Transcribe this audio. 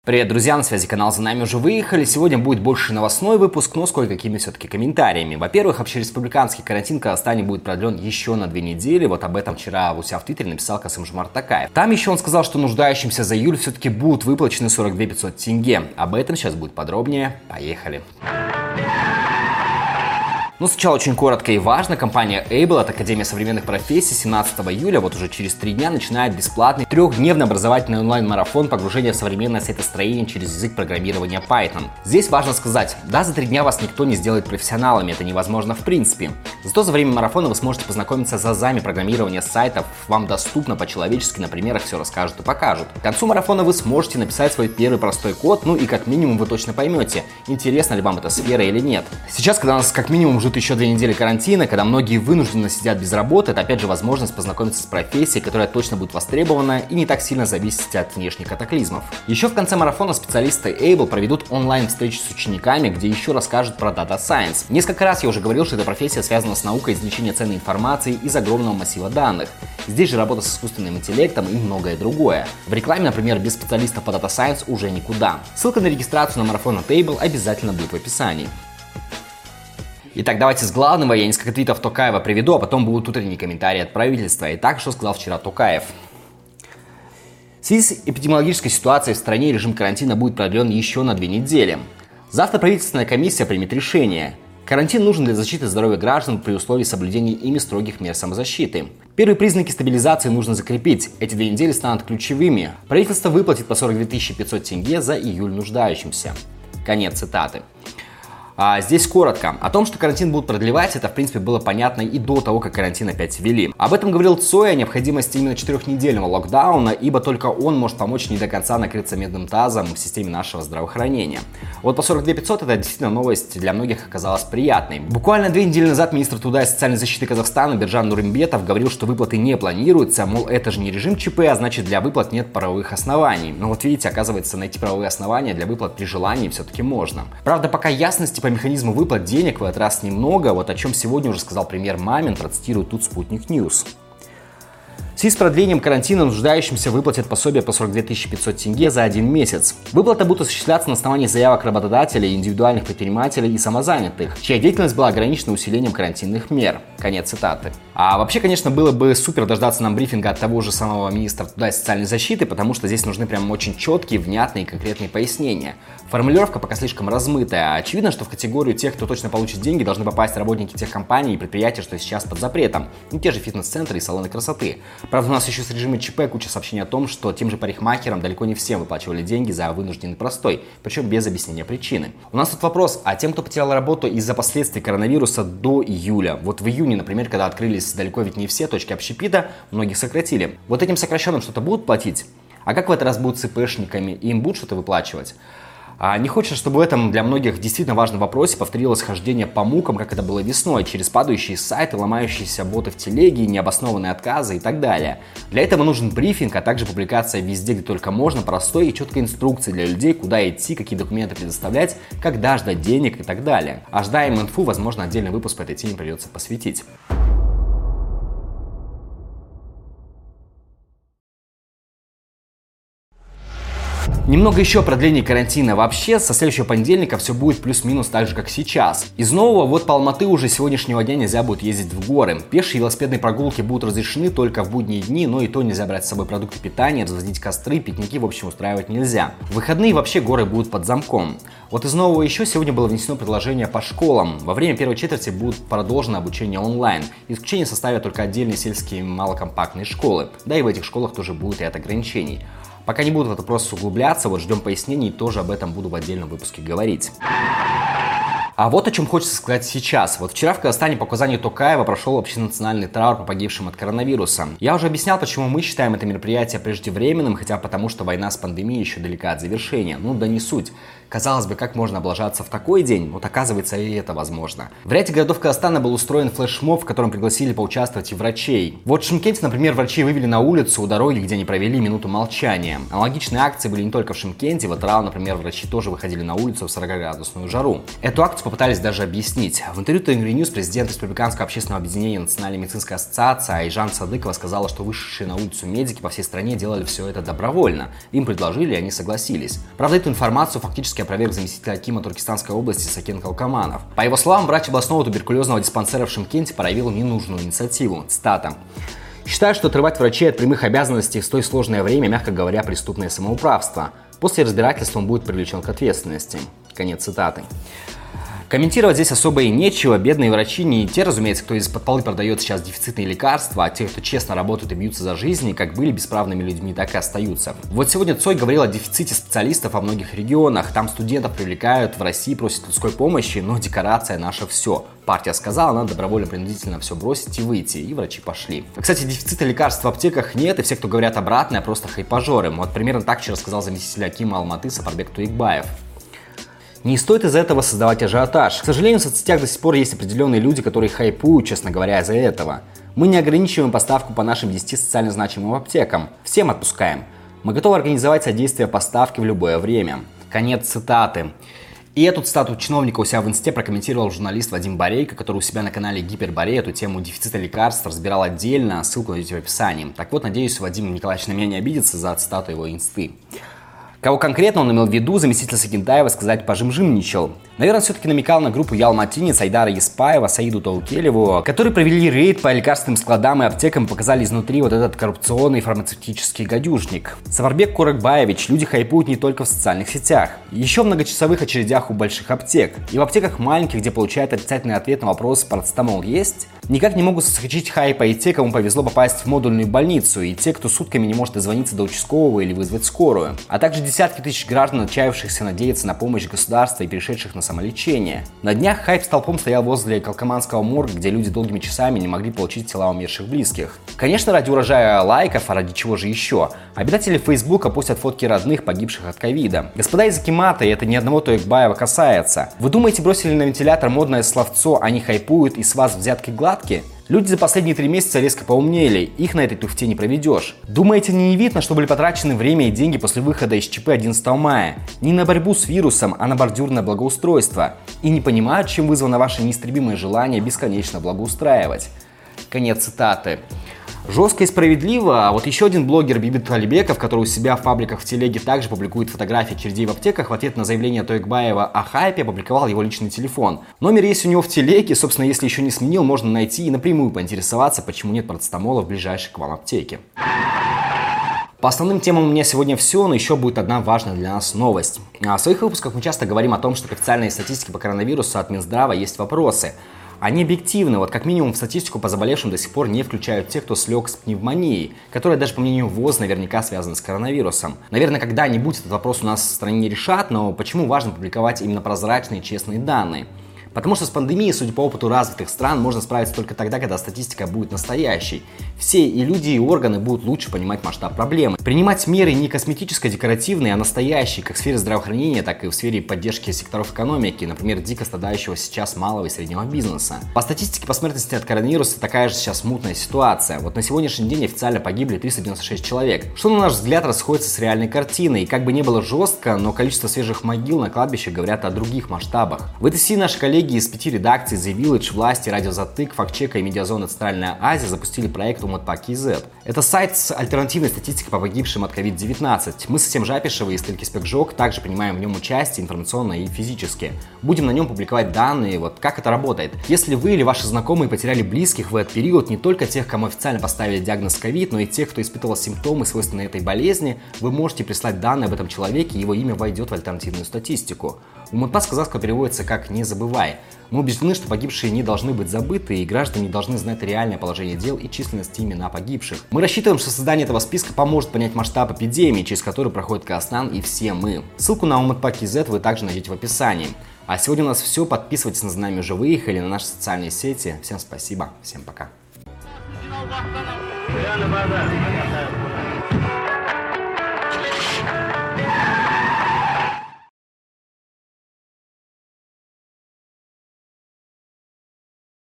Привет, друзья, на связи канал «За нами уже выехали». Сегодня будет больше новостной выпуск, но с кое-какими все-таки комментариями. Во-первых, общереспубликанский карантин в Казахстане будет продлен еще на 2 недели. Вот об этом вчера у себя в Твиттере написал Касым-Жомарт Токаев. Там еще он сказал, что нуждающимся за июль все-таки будут выплачены 42 500 тенге. Об этом сейчас будет подробнее. Поехали. Но сначала очень коротко и важно. Компания Able от Академии современных профессий 17 июля, вот уже через 3 дня, начинает бесплатный 3-дневный образовательный онлайн-марафон погружения в современное сайтостроение через язык программирования Python. Здесь важно сказать, да, за 3 дня вас никто не сделает профессионалами, это невозможно в принципе. Зато за время марафона вы сможете познакомиться с азами программирования сайтов, вам доступно по-человечески, на примерах все расскажут и покажут. К концу марафона вы сможете написать свой первый простой код, ну и как минимум вы точно поймете, интересна ли вам эта сфера или нет. Сейчас, когда у нас как минимум ждут еще 2 недели карантина, когда многие вынужденно сидят без работы, это опять же возможность познакомиться с профессией, которая точно будет востребована и не так сильно зависит от внешних катаклизмов. Еще в конце марафона специалисты Able проведут онлайн-встречи с учениками, где еще расскажут про Data Science. Несколько раз я уже говорил, что эта профессия связана с наукой извлечения ценной информации из огромного массива данных. Здесь же работа с искусственным интеллектом и многое другое. В рекламе, например, без специалистов по Data Science уже никуда. Ссылка на регистрацию на марафон от Able обязательно будет в описании. Итак, давайте с главного. Я несколько твитов Токаева приведу, а потом будут утренние комментарии от правительства. Итак, что сказал вчера Токаев? В связи с эпидемиологической ситуацией в стране режим карантина будет продлен еще на 2 недели. Завтра правительственная комиссия примет решение. Карантин нужен для защиты здоровья граждан при условии соблюдения ими строгих мер самозащиты. Первые признаки стабилизации нужно закрепить. Эти 2 недели станут ключевыми. Правительство выплатит по 42 500 тенге за июль нуждающимся. Конец цитаты. Здесь коротко. О том, что карантин будут продлевать, это в принципе было понятно и до того, как карантин опять ввели. Об этом говорил Цой о необходимости именно 4-недельного локдауна, ибо только он может помочь не до конца накрыться медным тазом в системе нашего здравоохранения. Вот по 42 500 это действительно новость для многих оказалась приятной. Буквально 2 недели назад министр труда и социальной защиты Казахстана Биржан Нурымбетов говорил, что выплаты не планируются, мол, это же не режим ЧП, а значит для выплат нет правовых оснований. Но вот видите, оказывается, найти правовые основания для выплат при желании все-таки можно. Правда, пока ясности по механизму выплат денег в этот раз немного, вот о чем сегодня уже сказал премьер Мамин, процитирую тут Спутник Ньюс. В связи с продлением карантина нуждающимся выплатят пособие по 42 500 тенге за 1 месяц. Выплаты будут осуществляться на основании заявок работодателей, индивидуальных предпринимателей и самозанятых, чья деятельность была ограничена усилением карантинных мер. Конец цитаты. А вообще, конечно, было бы супер дождаться нам брифинга от того же самого министра труда и социальной защиты, потому что здесь нужны прям очень четкие, внятные и конкретные пояснения. Формулировка пока слишком размытая. Очевидно, что в категорию тех, кто точно получит деньги, должны попасть работники тех компаний и предприятий, что сейчас под запретом. Не те же фитнес-центры и салоны красоты. Правда, у нас еще с режима ЧП куча сообщений о том, что тем же парикмахерам далеко не всем выплачивали деньги за вынужденный простой, причем без объяснения причины. У нас тут вопрос, а тем, кто потерял работу из-за последствий коронавируса до июля, вот в июне, например, когда открылись далеко ведь не все точки общепита, многих сократили. Вот этим сокращенным что-то будут платить? А как в этот раз будут с ИПшниками? Им будут что-то выплачивать? Не хочется, чтобы в этом для многих действительно важном вопросе повторилось хождение по мукам, как это было весной, через падающие сайты, ломающиеся боты в телеге, необоснованные отказы и так далее. Для этого нужен брифинг, а также публикация везде, где только можно, простой и четкой инструкции для людей, куда идти, какие документы предоставлять, когда ждать денег и так далее. Ожидаем инфу, возможно, отдельный выпуск по этой теме придется посвятить. Немного еще о продлении карантина. Вообще, со следующего понедельника все будет плюс-минус так же, как сейчас. Из нового, вот по Алматы уже с сегодняшнего дня нельзя будет ездить в горы. Пешие и велосипедные прогулки будут разрешены только в будние дни, но и то нельзя брать с собой продукты питания, разводить костры, пикники, в общем, устраивать нельзя. В выходные вообще горы будут под замком. Вот из нового еще сегодня было внесено предложение по школам. Во время первой четверти будет продолжено обучение онлайн. Исключение составят только отдельные сельские малокомпактные школы. Да и в этих школах тоже будет ряд ограничений. Пока не буду в этот вопрос углубляться, вот ждем пояснений, тоже об этом буду в отдельном выпуске говорить. А вот о чем хочется сказать сейчас. Вот вчера в Казахстане по указанию Токаева прошел общенациональный траур по погибшим от коронавируса. Я уже объяснял, почему мы считаем это мероприятие преждевременным, хотя потому, что война с пандемией еще далека от завершения. Ну да не суть. Казалось бы, как можно облажаться в такой день? Вот оказывается, и это возможно. В ряде городов Казахстана был устроен флешмоб, в котором пригласили поучаствовать и врачей. Вот в Шымкенте, например, врачи вывели на улицу у дороги, где они провели минуту молчания. Аналогичные акции были не только в Шымкенте. В Атырау, например, врачи тоже выходили на улицу в 40-градусную жару. Эту акцию попытались даже объяснить. В интервью Тенгри Ньюс президент Республиканского общественного объединения Национальной медицинской ассоциации Айжан Садыкова сказала, что вышедшие на улицу медики по всей стране делали все это добровольно. Им предложили, и они согласились. Правда, эту информацию фактически опроверг заместитель акима Туркестанской области Сакен Калкаманов. По его словам, врач областного туберкулезного диспансера в Шымкенте проявил ненужную инициативу. Цитата. «Считаю, что отрывать врачей от прямых обязанностей в столь сложное время, мягко говоря, преступное самоуправство. После разбирательства он будет привлечен к ответственности». Конец цитаты. Комментировать здесь особо и нечего. Бедные врачи не те, разумеется, кто из-под полы продает сейчас дефицитные лекарства, а те, кто честно работают и бьются за жизнь, и как были бесправными людьми, так и остаются. Вот сегодня Цой говорил о дефиците специалистов во многих регионах. Там студентов привлекают, в России просят людской помощи, но декорация наша все. Партия сказала, надо добровольно-принудительно все бросить и выйти, и врачи пошли. Кстати, дефицита лекарств в аптеках нет, и все, кто говорят обратное, просто хайпажоры. Вот примерно так вчера сказал заместитель акима Алматы Сапарбек Туйыкбаев. Не стоит из-за этого создавать ажиотаж. К сожалению, в соцсетях до сих пор есть определенные люди, которые хайпуют, честно говоря, из-за этого. Мы не ограничиваем поставку по нашим 10 социально значимым аптекам. Всем отпускаем. Мы готовы организовать содействие поставки в любое время. Конец цитаты. И эту цитату чиновника у себя в инсте прокомментировал журналист Вадим Борейко, который у себя на канале Гиперборей эту тему дефицита лекарств разбирал отдельно, ссылку найдете в описании. Так вот, надеюсь, Вадим Николаевич на меня не обидится за цитату его инсты. Кого конкретно он имел в виду, заместитель Сагентаева сказать пожимжимничал. Наверное, все-таки намекал на группу Ялматинец Айдара Еспаева, Саиду Таукелеву, которые провели рейд по лекарственным складам и аптекам и показали изнутри вот этот коррупционный фармацевтический гадюшник. Сапарбек Куракбаевич, люди хайпуют не только в социальных сетях. Еще в многочасовых очередях у больших аптек. И в аптеках маленьких, где получают отрицательный ответ на вопрос «парацетамол есть?», никак не могут соскочить хайпа и те, кому повезло попасть в модульную больницу, и те, кто сутками не может дозвониться до участкового или вызвать скорую, а также десятки тысяч граждан, отчаявшихся надеяться на помощь государства и перешедших на самолечение. На днях хайп столпом стоял возле Калкаманского морга, где люди долгими часами не могли получить тела умерших близких. Конечно, ради урожая лайков, а ради чего же еще? Обитатели Фейсбука постят фотки родных, погибших от ковида. Господа из акимата, и это ни одного Туйыкбаева касается. Вы думаете, бросили на вентилятор модное словцо, они хайпуют и с вас взятки гладкие? Люди за последние 3 месяца резко поумнели, их на этой туфте не проведешь. Думаете, не видно, что были потрачены время и деньги после выхода из ЧП 11 мая? Не на борьбу с вирусом, а на бордюрное благоустройство. И не понимают, чем вызвано ваше неистребимое желание бесконечно благоустраивать. Конец цитаты. Жестко и справедливо, а вот еще один блогер Бибит Алибеков, который у себя в пабликах в телеге также публикует фотографии очередей в аптеках, в ответ на заявление Туйыкбаева о хайпе опубликовал его личный телефон. Номер есть у него в телеге, собственно, если еще не сменил, можно найти и напрямую поинтересоваться, почему нет парацетамола в ближайшей к вам аптеке. По основным темам у меня сегодня все, но еще будет одна важная для нас новость. В своих выпусках мы часто говорим о том, что к официальной статистике по коронавирусу от Минздрава есть вопросы. Они объективны, вот как минимум в статистику по заболевшим до сих пор не включают тех, кто слег с пневмонией, которая даже по мнению ВОЗ наверняка связана с коронавирусом. Наверное, когда-нибудь этот вопрос у нас в стране не решат, но почему важно публиковать именно прозрачные и честные данные? Потому что с пандемией, судя по опыту развитых стран, можно справиться только тогда, когда статистика будет настоящей. Все и люди, и органы будут лучше понимать масштаб проблемы. Принимать меры не косметическо-декоративные, а настоящие, как в сфере здравоохранения, так и в сфере поддержки секторов экономики, например, дико страдающего сейчас малого и среднего бизнеса. По статистике по смертности от коронавируса такая же сейчас мутная ситуация. Вот на сегодняшний день официально погибли 396 человек, что на наш взгляд расходится с реальной картиной. И как бы не было жестко, но количество свежих могил на кладбище говорят о других масштабах. В этой связи наши коллеги из 5 редакций The Village, Власти, Радио Затык, Фактчека и Медиазона Центральная Азия запустили проект Уматпа.kz. Это сайт с альтернативной статистикой по погибшим от COVID-19. Мы с Асем Жапишевой и Стельки Спекжок также принимаем в нем участие информационно и физически. Будем на нем публиковать данные, вот как это работает. Если вы или ваши знакомые потеряли близких в этот период, не только тех, кому официально поставили диагноз COVID, но и тех, кто испытывал симптомы, свойственные этой болезни, вы можете прислать данные об этом человеке, и его имя войдет в альтернативную статистику. Уматпа с казахского переводится как «не забывай». Мы убеждены, что погибшие не должны быть забыты, и граждане должны знать реальное положение дел и численность и имена погибших. Мы рассчитываем, что создание этого списка поможет понять масштаб эпидемии, через который проходит Казахстан и все мы. Ссылку на Уматпа.kz вы также найдете в описании. А сегодня у нас все. Подписывайтесь на «Знамя уже выехали» на наши социальные сети. Всем спасибо, всем пока.